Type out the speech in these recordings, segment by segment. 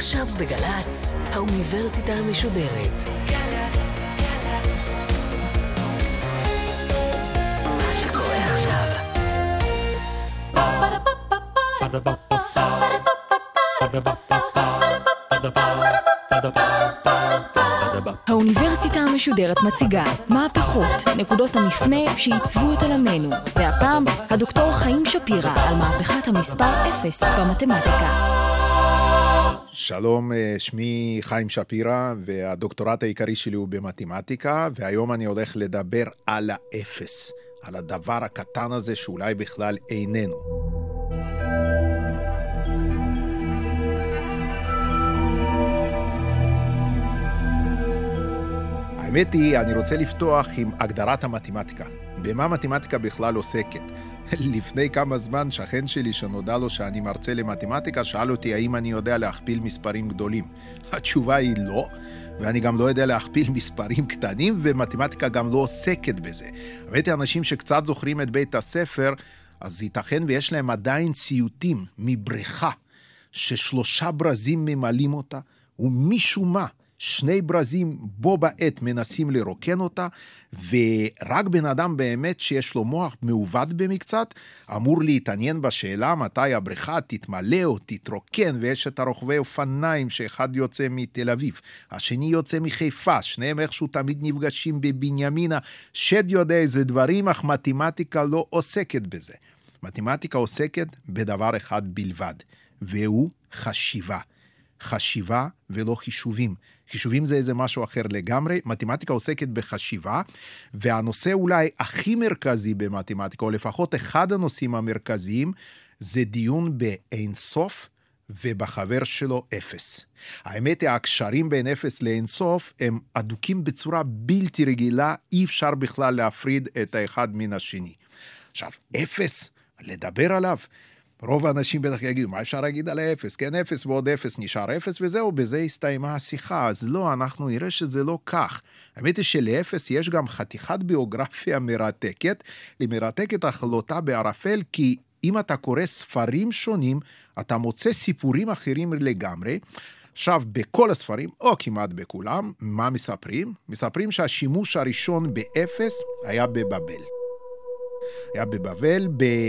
עכשיו בגלץ, האוניברסיטה המשודרת. מה שקורה עכשיו. האוניברסיטה המשודרת מציגה מהפכות, נקודות המפנה שעיצבו את עולמנו. והפעם, הדוקטור חיים שפירא על מהפכת המספר 0 במתמטיקה. שלום, שמי חיים שפירא, והדוקטורט העיקרי שלי הוא במתמטיקה, והיום אני הולך לדבר על האפס, על הדבר הקטן הזה שאולי בכלל איננו. האמת היא, אני רוצה לפתוח עם הגדרת המתמטיקה. במה מתמטיקה בכלל עוסקת? לפני כמה זמן שכן שלי שנודע לו שאני מרצה למתמטיקה, שאל אותי האם אני יודע להכפיל מספרים גדולים. התשובה היא לא, ואני גם לא יודע להכפיל מספרים קטנים, ומתמטיקה גם לא עוסקת בזה. האמת היא, אנשים שקצת זוכרים את בית הספר, אז ייתכן ויש להם עדיין ציוטים מבריכה, ש3 ברזים ממלאים אותה, ומשום מה, 2 ברזים בו בעת מנסים לרוקן אותה, ורק בן אדם באמת שיש לו מוח מעובד במקצת, אמור להתעניין בשאלה מתי הבריכה תתמלא או תתרוקן, ויש את הרוכבי אופניים שאחד יוצא מתל אביב, השני יוצא מחיפה, שניהם איכשהו תמיד נפגשים בבנימינה, שד יודע איזה דברים, אך מתמטיקה לא עוסקת בזה. מתמטיקה עוסקת בדבר אחד בלבד, והוא חשיבה. חשיבה ולא חישובים. חישובים זה איזה משהו אחר לגמרי. מתמטיקה עוסקת בחשיבה, והנושא אולי הכי מרכזי במתמטיקה, או לפחות אחד הנושאים המרכזיים, זה דיון באינסוף ובחבר שלו 0. האמת היא, הקשרים בין 0 לאינסוף הם אדוקים בצורה בלתי רגילה, אי אפשר בכלל להפריד את האחד מן השני. עכשיו, 0, לדבר עליו, רוב האנשים בטח יגידו, מה אפשר להגיד על האפס? כן, 0 ועוד 0 נשאר 0, וזהו, בזה הסתיימה השיחה. אז לא, אנחנו נראה שזה לא כך. האמת היא שלאפס יש גם חתיכת ביוגרפיה מרתקת, למרתקת החלוטה בערפל, כי אם אתה קורא ספרים שונים, אתה מוצא סיפורים אחרים לגמרי. עכשיו, בכל הספרים, או כמעט בכולם, מה מספרים? מספרים שהשימוש הראשון באפס היה בבבל. היה בבבל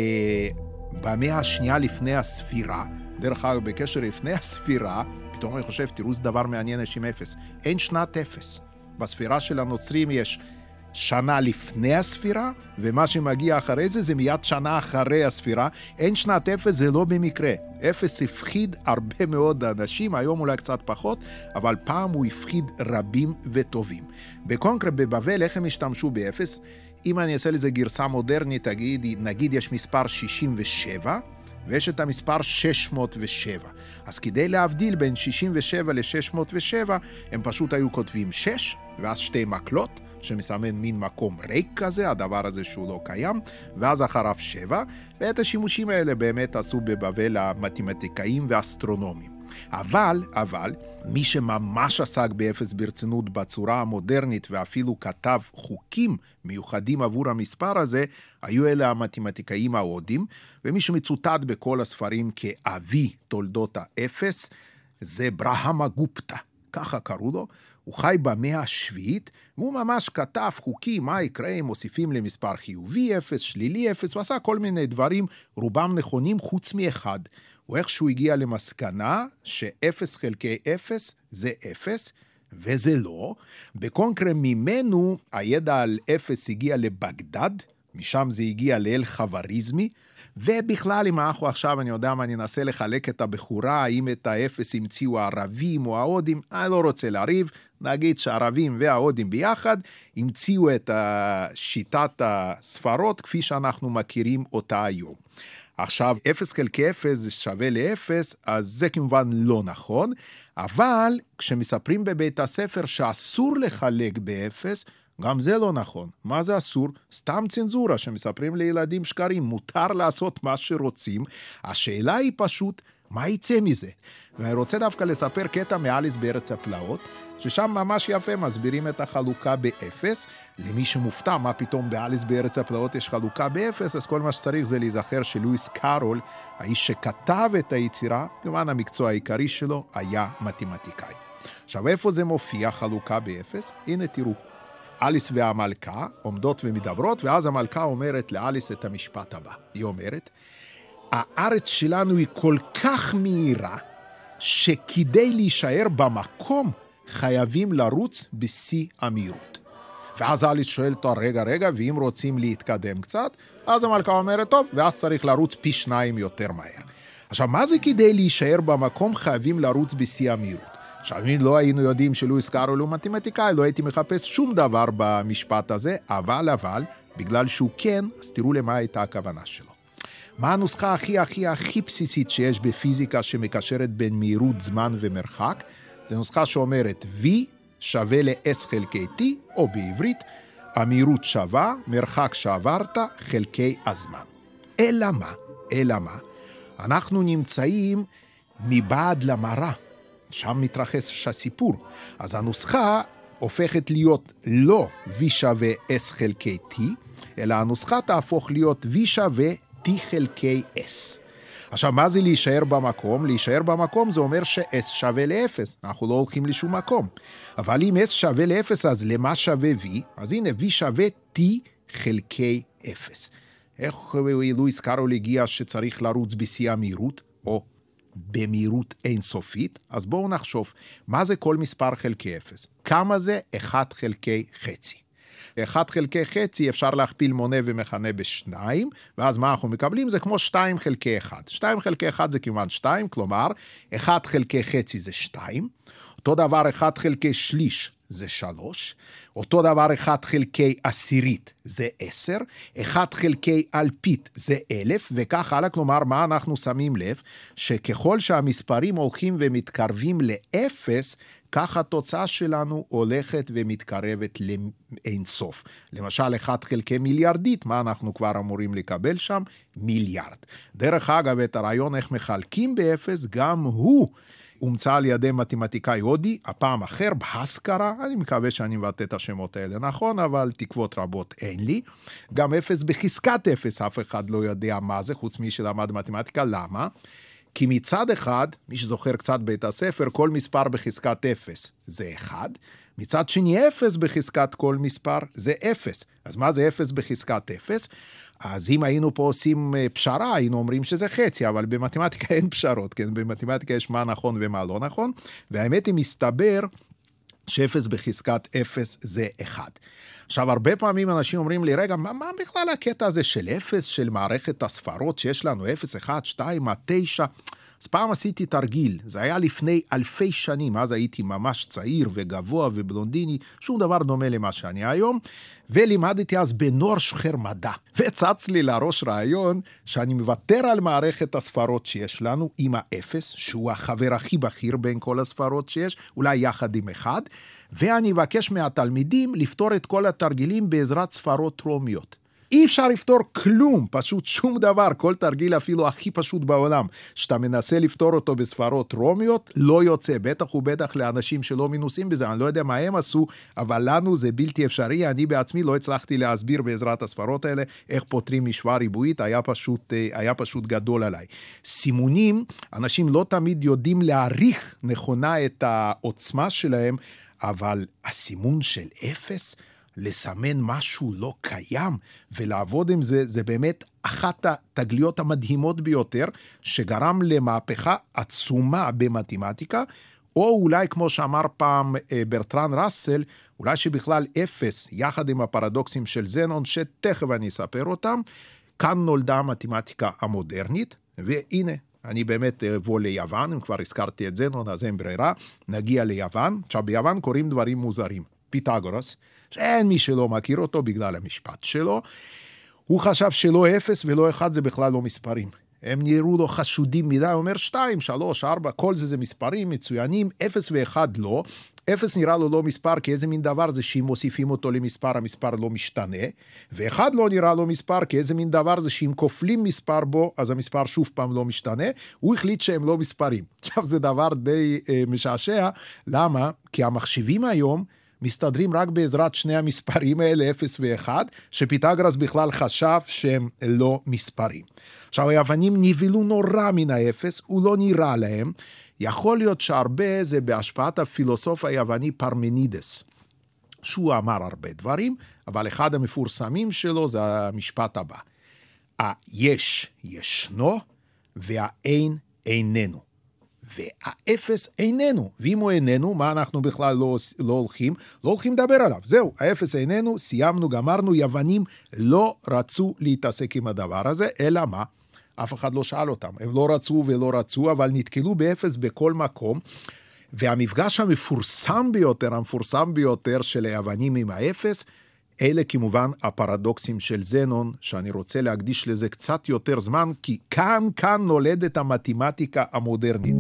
במאה השנייה לפני הספירה. דרך אגב, בקשר לפני הספירה, פתאום אני חושב, תראו זה דבר מעניין יש עם 0. אין שנת 0. בספירה של הנוצרים יש שנה לפני הספירה, ומה שמגיע אחרי זה, זה מיד שנה אחרי הספירה. אין שנת 0, זה לא במקרה. 0 הפחיד הרבה מאוד אנשים, היום אולי קצת פחות, אבל פעם הוא הפחיד רבים וטובים. בקונקרט בבבל, איך הם השתמשו ב-0? אם אני אעשה לזה גרסה מודרנית, נגיד יש מספר 67, ויש את המספר 607. אז כדי להבדיל בין 67 ל-607, הם פשוט היו כותבים 6, ואז 2 מקלות, שמסמן מין מקום ריק כזה, הדבר הזה שהוא לא קיים, ואז אחריו 7, ואת השימושים האלה באמת עשו בבבל המתמטיקאים והאסטרונומים. אבל, מי שממש עסק באפס ברצינות בצורה המודרנית, ואפילו כתב חוקים מיוחדים עבור המספר הזה, היו אלה המתמטיקאים ההודים, ומי שמצוטט בכל הספרים כאבי תולדות האפס, זה ברהמה גופטה, ככה קראו לו. הוא חי במאה השביעית, והוא ממש כתב חוקים, מה יקרה אם מוסיפים למספר חיובי 0, שלילי 0, הוא עשה כל מיני דברים, רובם נכונים חוץ מאחד. הוא איכשהו הגיע למסקנה ש0 חלקי 0 זה 0, וזה לא. בקונקרט ממנו הידע על 0 הגיע לבגדד, משם זה הגיע לאל חווריזמי, ובכלל אם אנחנו עכשיו, אני יודע מה, אני אנסה לחלק את הבחורה, האם את האפס המציאו הערבים או ההודים, אני לא רוצה להריב, נגיד שהערבים וההודים ביחד, המציאו את שיטת הספרות כפי שאנחנו מכירים אותה היום. עכשיו, 0 חלקי 0 זה שווה ל0, אז זה כמובן לא נכון, אבל כשמספרים בבית הספר שאסור לחלק ב0, גם זה לא נכון. מה זה אסור? סתם צנזורה שמספרים לילדים שקרים, מותר לעשות מה שרוצים. השאלה היא פשוט, מה יצא מזה? ואני רוצה דווקא לספר קטע מאליס בארץ הפלאות, ששם ממש יפה מסבירים את החלוקה באפס. למי שמופתע מה פתאום באליס בארץ הפלאות יש חלוקה באפס, אז כל מה שצריך זה להיזכר שלואיס קארול, האיש שכתב את היצירה, כמובן המקצוע העיקרי שלו היה מתמטיקאי. עכשיו איפה זה מופיע חלוקה באפס? הנה תראו. אליס והמלכה עומדות ומדברות, ואז המלכה אומרת לאליס את המשפט הבא. היא אומרת, הארץ שלנו היא כל כך מהירה, שכדי להישאר במקום, חייבים לרוץ בשיא המהירות. ואז אליס שואל אותו, רגע, ואם רוצים להתקדם קצת, אז המלכה אומרת, טוב, ואז צריך לרוץ פי 2 יותר מהר. עכשיו, מה זה כדי להישאר במקום, חייבים לרוץ בשיא המהירות? עכשיו, אם לא היינו יודעים שלואיס קארול הוא מתמטיקאי, לא הייתי מחפש שום דבר במשפט הזה, אבל, בגלל שהוא כן, אז תראו למה הייתה הכוונה שלו. מה הנוסחה הכי בסיסית שיש בפיזיקה שמקשרת בין מהירות, זמן ומרחק? זו נוסחה שאומרת V שווה ל-S חלקי T, או בעברית, המהירות שווה, מרחק שעברת, חלקי הזמן. אלא מה? אנחנו נמצאים מבעד למראה. שם מתרחש הסיפור. אז הנוסחה הופכת להיות לא V שווה S חלקי T, אלא הנוסחה תהפוך להיות V שווה T חלקי S. עכשיו, מה זה להישאר במקום? להישאר במקום זה אומר ש-S שווה ל-0. אנחנו לא הולכים לשום מקום. אבל אם S שווה ל-0, אז למה שווה V? אז הנה, V שווה T חלקי 0. איך לואיס קארול הגיע שצריך לרוץ בשיא המהירות? או במהירות אינסופית? אז בואו נחשוב, מה זה כל מספר חלקי 0? כמה זה 1 חלקי חצי? 1 חלקי חצי אפשר להכפיל מונה ומכנה ב2, ואז מה אנחנו מקבלים? זה כמו 2 חלקי 1. 2 חלקי 1 זה כמובן 2, כלומר, 1 חלקי חצי זה 2, אותו דבר 1 חלקי שליש זה 3, אותו דבר 1 חלקי עשירית זה 10, 1 חלקי אלפית זה 1000, וכך הלאה, כלומר, מה אנחנו שמים לב? שככל שהמספרים הולכים ומתקרבים ל-0, כך התוצאה שלנו הולכת ומתקרבת לאינסוף. למשל, 1 חלקי מיליארדית, מה אנחנו כבר אמורים לקבל שם? מיליארד. דרך אגב, את הרעיון איך מחלקים ב-0, גם הוא הומצא על ידי מתמטיקאי הודי, הפעם אחר, בהסקרה, אני מקווה שאני מבטא את השמות האלה נכון, אבל תקוות רבות אין לי. גם 0 בחזקת 0, אף אחד לא יודע מה זה, חוץ מי שלמד מתמטיקה, למה? כי מצד אחד, מי שזוכר קצת בית הספר, כל מספר בחזקת 0 זה 1, מצד שני 0 בחזקת כל מספר זה 0. אז מה זה 0 בחזקת 0? אז אם היינו פה עושים פשרה, היינו אומרים שזה חצי, אבל במתמטיקה אין פשרות, כן? במתמטיקה יש מה נכון ומה לא נכון, והאמת היא מסתבר ש0 בחזקת 0 זה 1. עכשיו, הרבה פעמים אנשים אומרים לי, רגע, מה בכלל הקטע הזה של 0, של מערכת הספרות שיש לנו 0, 1, 2, 9? אז פעם עשיתי תרגיל, זה היה לפני אלפי שנים, אז הייתי ממש צעיר וגבוה ובלונדיני, שום דבר דומה למה שאני היום, ולימדתי אז בנוער שוחר מדע. וצץ לי לראש רעיון שאני מוותר על מערכת הספרות שיש לנו עם ה-0, שהוא החבר הכי בכיר בין כל הספרות שיש, אולי יחד עם 1, ואני אבקש מהתלמידים לפתור את כל התרגילים בעזרת ספרות רומיות. אי אפשר לפתור כלום, פשוט שום דבר, כל תרגיל אפילו הכי פשוט בעולם, שאתה מנסה לפתור אותו בספרות רומיות, לא יוצא, בטח ובטח לאנשים שלא מנוסים בזה, אני לא יודע מה הם עשו, אבל לנו זה בלתי אפשרי, אני בעצמי לא הצלחתי להסביר בעזרת הספרות האלה, איך פותרים משוואה ריבועית, היה פשוט גדול עליי. סימונים, אנשים לא תמיד יודעים להעריך נכונה את העוצמה שלהם, אבל הסימון של 0, לסמן משהו לא קיים ולעבוד עם זה, זה באמת אחת התגליות המדהימות ביותר, שגרם למהפכה עצומה במתמטיקה, או אולי כמו שאמר פעם ברטרן ראסל, אולי שבכלל 0, יחד עם הפרדוקסים של זנון, שתכף אני אספר אותם, כאן נולדה המתמטיקה המודרנית, והנה, אני באמת אבוא ליוון, אם כבר הזכרתי את זנון, אז אין ברירה, נגיע ליוון. עכשיו, ביוון קוראים דברים מוזרים. פיתגורס, שאין מי שלא מכיר אותו בגלל המשפט שלו, הוא חשב שלא 0 ולא 1 זה בכלל לא מספרים. הם נראו לו חשודים מדי, הוא אומר 2, 3, 4, כל זה מספרים מצוינים, 0 ו1 לא, אפס נראה לו לא מספר, כי איזה מין דבר זה שאם מוסיפים אותו למספר, המספר לא משתנה, ואחד לא נראה לו מספר, כי איזה מין דבר זה שאם כופלים מספר בו, אז המספר שוב פעם לא משתנה, הוא החליט שהם לא מספרים. עכשיו זה דבר די משעשע, למה? כי המחשבים היום מסתדרים רק בעזרת שני המספרים האלה, 0 ו-1, שפיתגורס בכלל חשב שהם לא מספרים. עכשיו היוונים נבלו נורא מן האפס, הוא לא נראה להם, יכול להיות שהרבה זה בהשפעת הפילוסוף היווני פרמנידס, שהוא אמר הרבה דברים, אבל אחד המפורסמים שלו זה המשפט הבא. היש ישנו, והאין איננו. והאפס איננו. ואם הוא איננו, מה אנחנו בכלל לא הולכים? לא הולכים לדבר עליו. זהו, האפס איננו, סיימנו, גמרנו, יוונים לא רצו להתעסק עם הדבר הזה, אלא מה? אף אחד לא שאל אותם. הם לא רצו ולא רצו, אבל נתקלו באפס בכל מקום, והמפגש המפורסם ביותר של היוונים עם האפס, אלה כמובן הפרדוקסים של זנון, שאני רוצה להקדיש לזה קצת יותר זמן, כי כאן נולדת המתמטיקה המודרנית.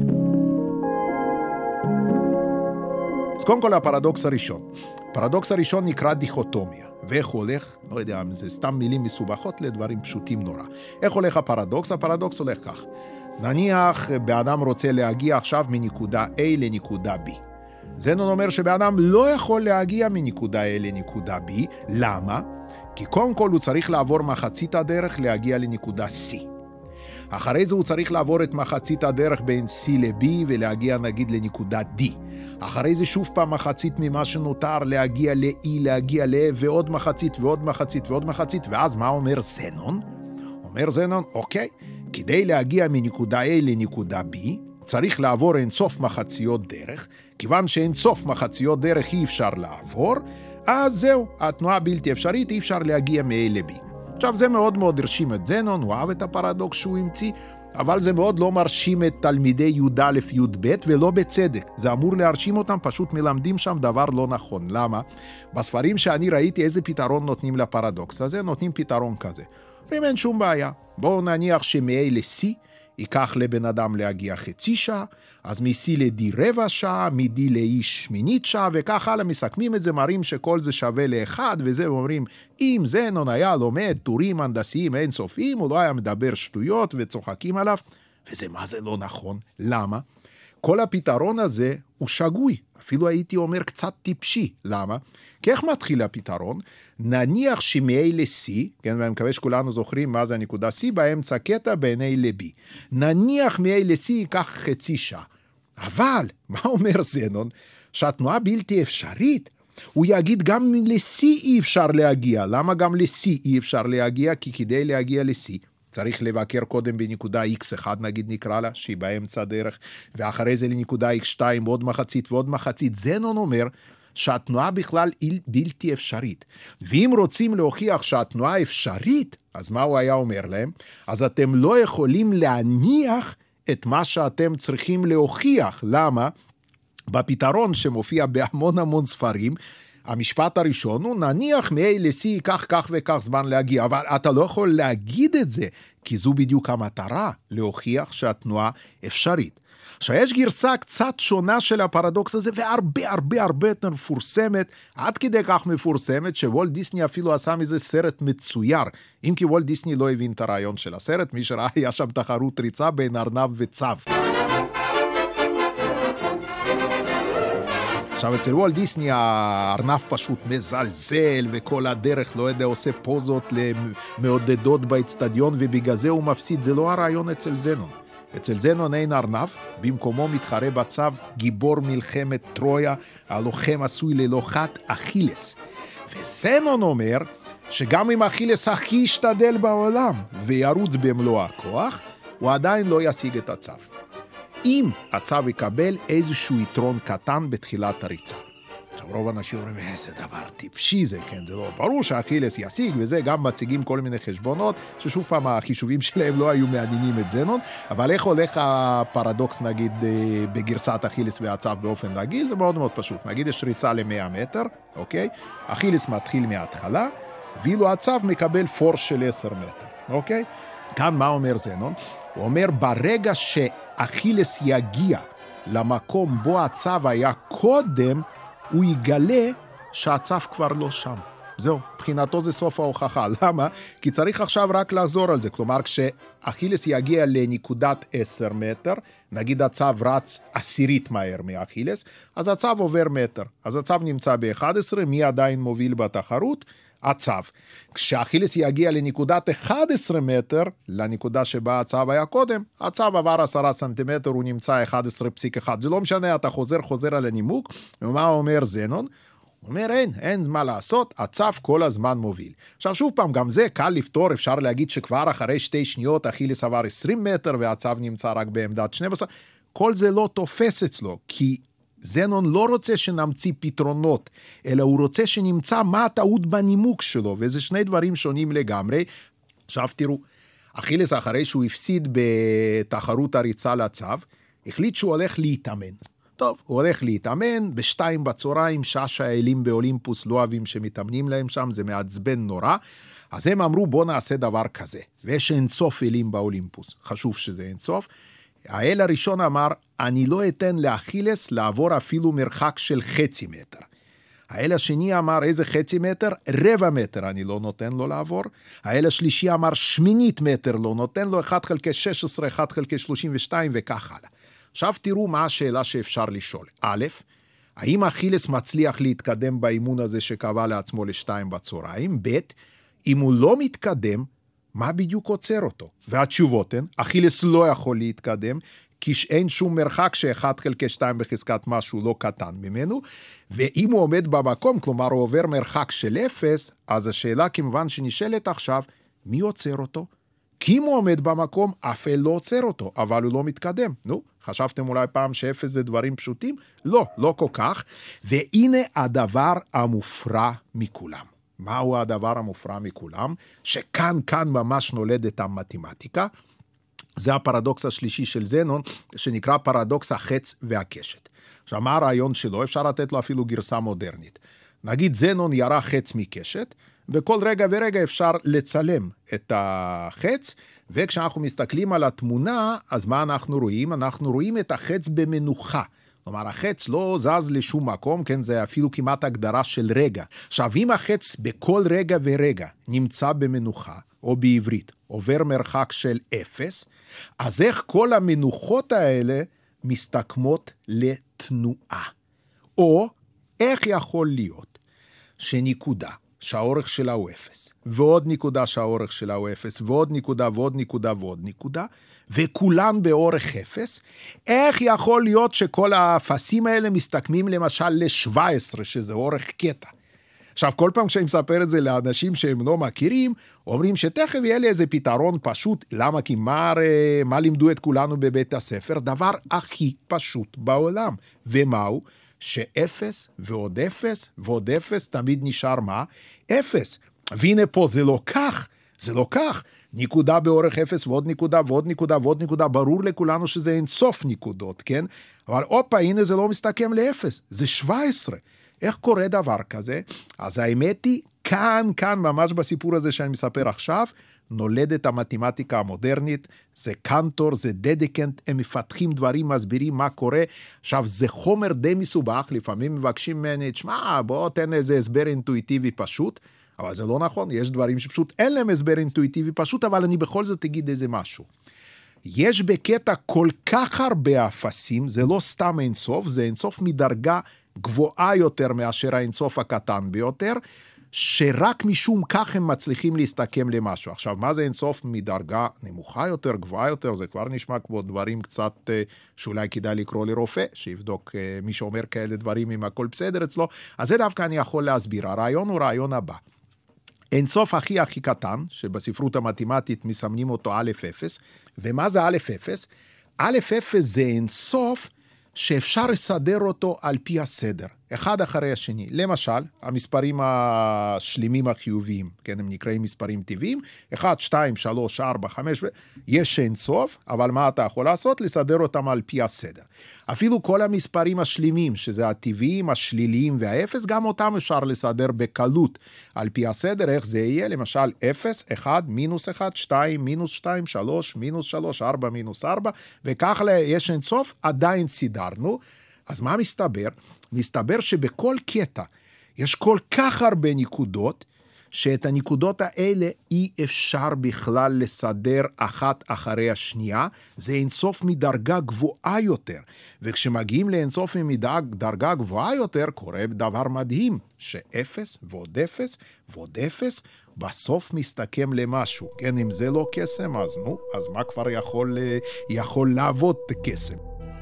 אז קודם כל הפרדוקס הראשון. הפרדוקס הראשון נקרא דיכוטומיה. ואיך הולך? לא יודע, זה סתם מילים מסובכות לדברים פשוטים נורא. איך הולך הפרדוקס? הפרדוקס הולך כך. נניח באדם רוצה להגיע עכשיו מנקודה A לנקודה B. זנון אומר שבאדם לא יכול להגיע מנקודה A לנקודה B. למה? כי קודם כל הוא צריך לעבור מחצית הדרך להגיע לנקודה C. אחרי זה הוא צריך לעבור את מחצית הדרך בין C ל-B ולהגיע נגיד לנקודה D. אחרי זה שוב פעם מחצית ממה שנותר להגיע ל-E, להגיע ל- ועוד מחצית ועוד מחצית ועוד מחצית. ואז מה אומר זנון? אומר זנון, אוקיי, כדי להגיע מנקודה A לנקודה B, צריך לעבור אינסוף מחציות דרך, כיוון שאינסוף מחציות דרך אי אפשר לעבור, אז זהו, התנועה בלתי אפשרית, אי אפשר להגיע מ-A ל-B. עכשיו זה מאוד מאוד הרשים את זנון, הוא אהב את הפרדוקס שהוא המציא, אבל זה מאוד לא מרשים את תלמידי י"א י"ב, ולא בצדק. זה אמור להרשים אותם, פשוט מלמדים שם דבר לא נכון. למה? בספרים שאני ראיתי איזה פתרון נותנים לפרדוקס הזה, נותנים פתרון כזה. אין שום בעיה. בואו נניח שמ-A ל-C ייקח לבן אדם להגיע חצי שעה, אז מ-C ל-D רבע שעה, מ-D ל-E שמינית שעה, וכך הלאה מסכמים את זה, מראים שכל זה שווה לאחד, וזה אומרים, אם זנון היה לומד טורים הנדסיים אינסופיים, הוא לא היה מדבר שטויות וצוחקים עליו, וזה מה זה לא נכון. למה? כל הפתרון הזה הוא שגוי, אפילו הייתי אומר קצת טיפשי. למה? כי איך מתחיל הפתרון? נניח שמ-A ל-C, כן, ואני מקווה שכולנו זוכרים מה זה הנקודה C, באמצע קטע בין A ל-B. נניח מ-A ל-C ייקח חצי שעה. אבל, מה אומר זנון? שהתנועה בלתי אפשרית. הוא יגיד גם ל-C אי אפשר להגיע. למה גם ל-C אי אפשר להגיע? כי כדי להגיע ל-C, צריך לבקר קודם בנקודה X1, נגיד נקרא לה, שהיא באמצע הדרך, ואחרי זה לנקודה X2, עוד מחצית ועוד מחצית. זנון אומר שהתנועה בכלל היא בלתי אפשרית. ואם רוצים להוכיח שהתנועה אפשרית, אז מה הוא היה אומר להם? אז אתם לא יכולים להניח את מה שאתם צריכים להוכיח. למה? בפתרון שמופיע בהמון ספרים, המשפט הראשון הוא נניח מ-A ל-C ייקח כך וכך זמן להגיע, אבל אתה לא יכול להגיד את זה, כי זו בדיוק המטרה, להוכיח שהתנועה אפשרית. עכשיו יש גרסה קצת שונה של הפרדוקס הזה, והרבה יותר מפורסמת, עד כדי כך מפורסמת, שוולט דיסני אפילו עשה מזה סרט מצויר, אם כי וולט דיסני לא הבין את הרעיון של הסרט, מי שראה היה שם תחרות ריצה בין ארנב וצב. עכשיו אצל וולט דיסני הארנב פשוט מזלזל, וכל הדרך לא יודע עושה פוזות למעודדות באצטדיון, ובגלל זה הוא מפסיד. זה לא הרעיון אצל זנון. אצל זנון אין ארנב, במקומו מתחרה בצב גיבור מלחמת טרויה, הלוחם עשוי ללוחת אכילס. וזנון אומר שגם אם אכילס הכי ישתדל בעולם וירוץ במלוא הכוח, הוא עדיין לא ישיג את הצב. אם הצב יקבל איזשהו יתרון קטן בתחילת הריצה. עכשיו רוב האנשים אומרים, איזה דבר טיפשי זה, כן, זה לא ברור שהאכילס ישיג, וזה גם מציגים כל מיני חשבונות, ששוב פעם החישובים שלהם לא היו מעניינים את זנון, אבל איך הולך הפרדוקס נגיד בגרסת אכילס והצב באופן רגיל? זה מאוד מאוד פשוט, נגיד יש ריצה ל-100 מטר, אוקיי? אכילס מתחיל מההתחלה, ואילו הצב מקבל פורס של 10 מטר, אוקיי? כאן מה אומר זנון? הוא אומר ברגע אכילס יגיע למקום בו הצב היה קודם, הוא יגלה שהצו כבר לא שם. זהו, מבחינתו זה סוף ההוכחה. למה? כי צריך עכשיו רק לחזור על זה. כלומר, כשאכילס יגיע לנקודת 10 מטר, נגיד הצו רץ 10 מהר מאכילס, אז הצו עובר מטר. אז הצו נמצא ב-11, מי עדיין מוביל בתחרות? הצו. כשאכילס יגיע לנקודת 11 מטר, לנקודה שבה הצו היה קודם, הצו עבר 10 סנטימטר, הוא נמצא 11.1. זה לא משנה, אתה חוזר על הנימוק, ומה אומר זנון? הוא אומר, אין מה לעשות, הצו כל הזמן מוביל. עכשיו שוב פעם, גם זה קל לפתור, אפשר להגיד שכבר אחרי 2 שניות, אכילס עבר 20 מטר, והצו נמצא רק בעמדת 12. כל זה לא תופס אצלו, כי זנון לא רוצה שנמציא פתרונות, אלא הוא רוצה שנמצא מה הטעות בנימוק שלו, וזה שני דברים שונים לגמרי. עכשיו תראו, אכילס אחרי שהוא הפסיד בתחרות הריצה לצו, החליט שהוא הולך להתאמן. טוב, הוא הולך להתאמן, ב2 בצהריים, שעה שהאלים באולימפוס לא אוהבים שמתאמנים להם שם, זה מעצבן נורא, אז הם אמרו בוא נעשה דבר כזה, ויש אינסוף אלים באולימפוס, חשוב שזה אינסוף, האל הראשון אמר, אני לא אתן לאכילס לעבור אפילו מרחק של 0.5 מטר. האל השני אמר, איזה 0.5 מטר? 0.25 מטר אני לא נותן לו לעבור. האל השלישי אמר, 0.8 מטר לא נותן לו, 1/16, 1/32 וכך הלאה. עכשיו תראו מה השאלה שאפשר לשאול. א', האם אכילס מצליח להתקדם באימון הזה שקבע לעצמו ל2 בצהריים? ב', אם הוא לא מתקדם, מה בדיוק עוצר אותו? והתשובות הן, אכילס לא יכול להתקדם, כי אין שום מרחק ש1/2 בחזקת משהו לא קטן ממנו, ואם הוא עומד במקום, כלומר הוא עובר מרחק של 0, אז השאלה כמובן שנשאלת עכשיו, מי עוצר אותו? כי אם הוא עומד במקום, אף אל לא עוצר אותו, אבל הוא לא מתקדם. נו, חשבתם אולי פעם ש0 זה דברים פשוטים? לא, לא כל כך. והנה הדבר המופרע מכולם. מהו הדבר המופרע מכולם? שכאן ממש נולדת המתמטיקה. זה הפרדוקס השלישי של זנון, שנקרא פרדוקס החץ והקשת. עכשיו, מה הרעיון שלו? אפשר לתת לו אפילו גרסה מודרנית. נגיד זנון ירה חץ מקשת, בכל רגע ורגע אפשר לצלם את החץ, וכשאנחנו מסתכלים על התמונה, אז מה אנחנו רואים? אנחנו רואים את החץ במנוחה. כלומר, החץ לא זז לשום מקום, כן, זה אפילו כמעט הגדרה של רגע. עכשיו, אם החץ בכל רגע ורגע נמצא במנוחה, או בעברית, עובר מרחק של 0, אז איך כל המנוחות האלה מסתכמות לתנועה? או איך יכול להיות שנקודה, שהאורך שלה הוא 0, ועוד נקודה שהאורך שלה הוא 0, ועוד נקודה, ועוד נקודה, ועוד נקודה, וכולן באורך 0, איך יכול להיות שכל האפסים האלה מסתכמים למשל ל-17, שזה אורך קטע? עכשיו, כל פעם כשאני מספר את זה לאנשים שהם לא מכירים, אומרים שתכף יהיה לי איזה פתרון פשוט, למה? כי מה לימדו את כולנו בבית הספר? דבר הכי פשוט בעולם. ומהו? שאפס ועוד 0 ועוד 0 תמיד נשאר מה? 0. והנה פה זה לא כך, זה לא כך. נקודה באורך 0 ועוד נקודה ועוד נקודה ועוד נקודה, ברור לכולנו שזה אין סוף נקודות, כן? אבל אופה, הנה זה לא מסתכם ל0, זה 17. איך קורה דבר כזה? אז האמת היא, כאן, ממש בסיפור הזה שאני מספר עכשיו, נולדת המתמטיקה המודרנית, זה קנטור, זה דדיקנט, הם מפתחים דברים, מסבירים מה קורה. עכשיו, זה חומר די מסובך, לפעמים מבקשים ממני, תשמע, בוא תן איזה הסבר אינטואיטיבי פשוט, אבל זה לא נכון, יש דברים שפשוט אין להם הסבר אינטואיטיבי פשוט, אבל אני בכל זאת אגיד איזה משהו. יש בקטע כל כך הרבה אפסים, זה לא סתם אינסוף, זה אינסוף מדרגה גבוהה יותר מאשר האינסוף הקטן ביותר, שרק משום כך הם מצליחים להסתכם למשהו. עכשיו, מה זה אינסוף מדרגה נמוכה יותר, גבוהה יותר? זה כבר נשמע כמו דברים קצת שאולי כדאי לקרוא לרופא, שיבדוק מי שאומר כאלה דברים אם הכל בסדר אצלו. אז זה דווקא אני יכול להסביר. הרעיון הוא רעיון הבא. אינסוף הכי קטן, שבספרות המתמטית מסמנים אותו א'-0, ומה זה א'-0? א'-0 זה אינסוף שאפשר לסדר אותו על פי הסדר, אחד אחרי השני. למשל, המספרים השלימים החיוביים, כן, הם נקראים מספרים טבעיים, 1, 2, 3, 4, 5, יש אינסוף, אבל מה אתה יכול לעשות? לסדר אותם על פי הסדר. אפילו כל המספרים השלימים, שזה הטבעיים, השליליים והאפס, גם אותם אפשר לסדר בקלות על פי הסדר. איך זה יהיה? למשל, 0, 1, מינוס 1, 2, מינוס 2, 3, מינוס 3, 4, מינוס 4, וכך יש אינסוף, עדיין סידרנו. אז מה מסתבר? מסתבר שבכל קטע יש כל כך הרבה נקודות, שאת הנקודות האלה אי אפשר בכלל לסדר אחת אחרי השנייה, זה אינסוף מדרגה גבוהה יותר, וכשמגיעים לאינסוף מדרגה גבוהה יותר, קורה דבר מדהים, שאפס ועוד אפס ועוד אפס, בסוף מסתכם למשהו, כן, אם זה לא קסם, אז נו, אז מה כבר יכול לעבוד קסם?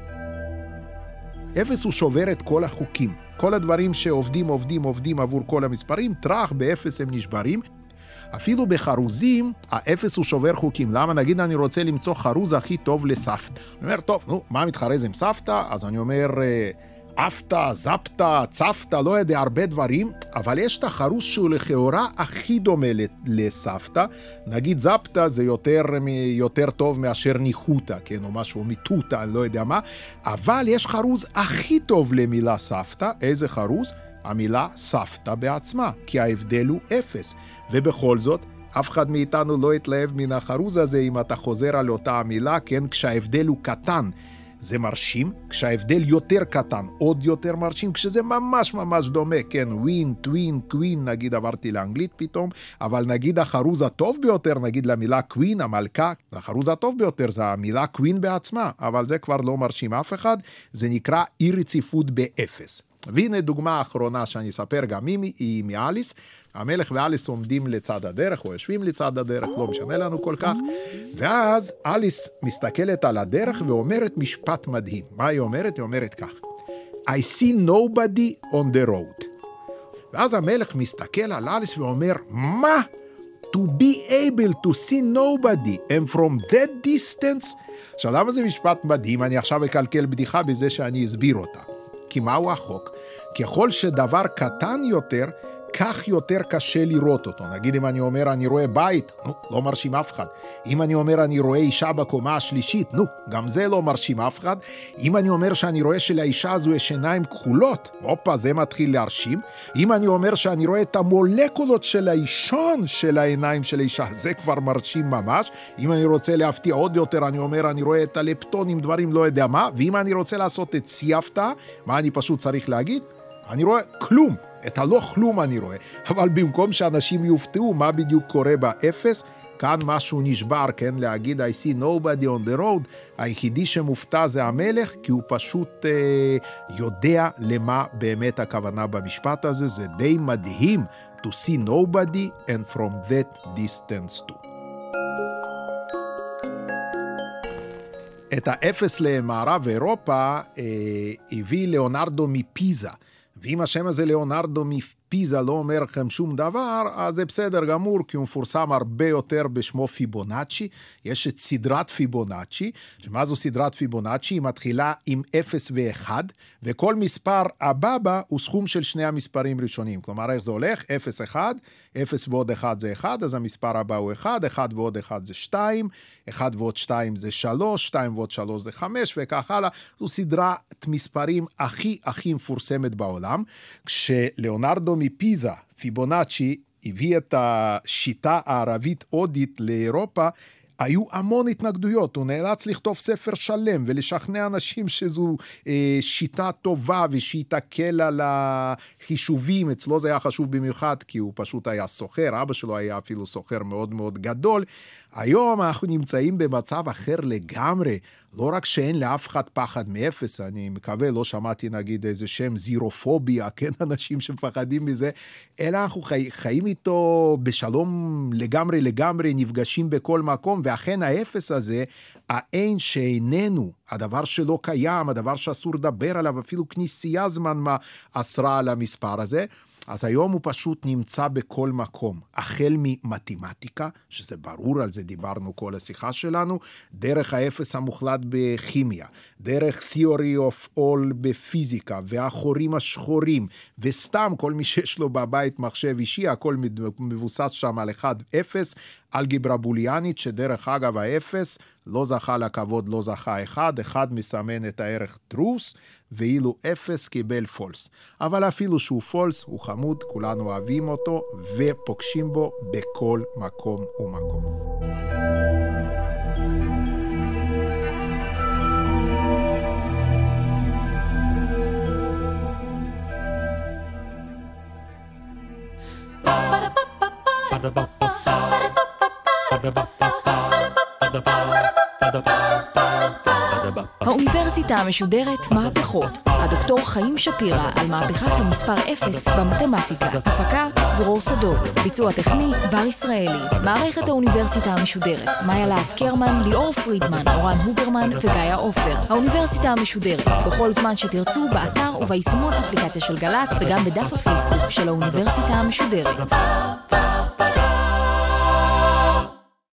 אפס הוא שובר את כל החוקים. כל הדברים שעובדים עבור כל המספרים, טרח באפס הם נשברים. אפילו בחרוזים, האפס הוא שובר חוקים. למה? נגיד אני רוצה למצוא חרוז הכי טוב לסבתא. אני אומר, טוב, נו, מה מתחרז עם סבתא? אז אני אומר, אפתא, זפתא, צפתא, לא יודע, הרבה דברים, אבל יש את החרוז שהוא לכאורה הכי דומה לסבתא. נגיד זפתא זה יותר טוב מאשר ניחותא, כן, או משהו מיטותא, אני לא יודע מה, אבל יש חרוז הכי טוב למילה סבתא. איזה חרוז? המילה סבתא בעצמה, כי ההבדל הוא אפס. ובכל זאת, אף אחד מאיתנו לא יתלהב מן החרוז הזה אם אתה חוזר על אותה המילה, כן, כשההבדל הוא קטן. זה מרשים, כשההבדל יותר קטן, עוד יותר מרשים, כשזה ממש ממש דומה, כן, ווין, טווין, קווין, נגיד עברתי לאנגלית פתאום, אבל נגיד החרוז הטוב ביותר, נגיד למילה קווין, המלכה, החרוז הטוב ביותר זה המילה קווין בעצמה, אבל זה כבר לא מרשים אף אחד, זה נקרא אי רציפות באפס. והנה דוגמה האחרונה שאני אספר גם היא מאליס, המלך ואליס עומדים לצד הדרך, או יושבים לצד הדרך, לא משנה לנו כל כך, ואז אליס מסתכלת על הדרך ואומרת משפט מדהים. מה היא אומרת? היא אומרת כך, I see nobody on the road. ואז המלך מסתכל על אליס ואומר, מה? To be able to see nobody and from that distance? עכשיו, למה זה משפט מדהים? אני עכשיו אקלקל בדיחה בזה שאני אסביר אותה. כי מהו החוק? ככל שדבר קטן יותר, כך יותר קשה לראות אותו. נגיד אם אני אומר אני רואה בית, נו, לא מרשים אף אחד. אם אני אומר אני רואה אישה בקומה השלישית, נו, גם זה לא מרשים אף אחד. אם אני אומר שאני רואה שלאישה הזו יש עיניים כחולות, הופה, זה מתחיל להרשים. אם אני אומר שאני רואה את המולקולות של האישון של העיניים של האישה, זה כבר מרשים ממש. אם אני רוצה להפתיע עוד יותר, אני אומר אני רואה את הלפטונים, דברים לא יודע מה. ואם אני רוצה לעשות את סייפתא, מה אני פשוט צריך להגיד? אני רואה כלום, את הלא כלום אני רואה, אבל במקום שאנשים יופתעו מה בדיוק קורה באפס, כאן משהו נשבר, כן, להגיד I see nobody on the road, היחידי שמופתע זה המלך, כי הוא פשוט יודע למה באמת הכוונה במשפט הזה, זה די מדהים, to see nobody and from that distance too. את האפס למערב אירופה הביא ליאונרדו מפיזה, ואם השם הזה ליאונרדו מפיזה לא אומר לכם שום דבר, אז זה בסדר גמור, כי הוא מפורסם הרבה יותר בשמו פיבונאצ'י. יש את סדרת פיבונאצ'י, שמה זו סדרת פיבונאצ'י? היא מתחילה עם 0 ו-1, וכל מספר הבא בה הוא סכום של שני המספרים ראשונים. כלומר, איך זה הולך? 0, 1, 0 ועוד 1 זה 1, אז המספר הבא הוא 1, 1 ועוד 1 זה 2, 1 ועוד 2 זה 3, 2 ועוד 3 זה 5, וכך הלאה. זו סדרת מספרים הכי מפורסמת בעולם. כשליאונרדו מפיזה, פיבונאצ'י, הביא את השיטה הערבית-הודית לאירופה, היו המון התנגדויות, הוא נאלץ לכתוב ספר שלם ולשכנע אנשים שזו שיטה טובה ושתקל על החישובים. אצלו זה היה חשוב במיוחד כי הוא פשוט היה סוחר, אבא שלו היה אפילו סוחר מאוד מאוד גדול. היום אנחנו נמצאים במצב אחר לגמרי, לא רק שאין לאף אחד פחד מאפס, אני מקווה, לא שמעתי נגיד איזה שם זירופוביה, כן, אנשים שמפחדים מזה, אלא אנחנו חיים איתו בשלום לגמרי, נפגשים בכל מקום, ואכן האפס הזה, האין שאיננו, הדבר שלא קיים, הדבר שאסור לדבר עליו, אפילו כניסייה זמן מה אסרה על המספר הזה, אז היום הוא פשוט נמצא בכל מקום, החל ממתמטיקה, שזה ברור, על זה דיברנו כל השיחה שלנו, דרך האפס המוחלט בכימיה, דרך theory of all בפיזיקה, והחורים השחורים, וסתם כל מי שיש לו בבית מחשב אישי, הכל מבוסס שם על 1-0, אלגברה בוליאנית, שדרך אגב האפס לא זכה לכבוד, לא זכה 1 מסמן את הערך טרוס, ואילו 0 קיבל פולס. אבל אפילו שהוא פולס, הוא חמוד, כולנו אוהבים אותו, ופוגשים בו בכל מקום ומקום. האוניברסיטה המשודרת מהפכות. הדוקטור חיים שפירא על מהפכת המספר 0 במתמטיקה. הפקה דרור סדור. ביצוע טכני בר ישראלי. מערכת האוניברסיטה המשודרת. מאיה להט קרמן, ליאור פרידמן, אורן הוברמן וגיא עופר. האוניברסיטה המשודרת. בכל זמן שתרצו, באתר וביישומון אפליקציה של גל"צ וגם בדף הפייסבוק של האוניברסיטה המשודרת.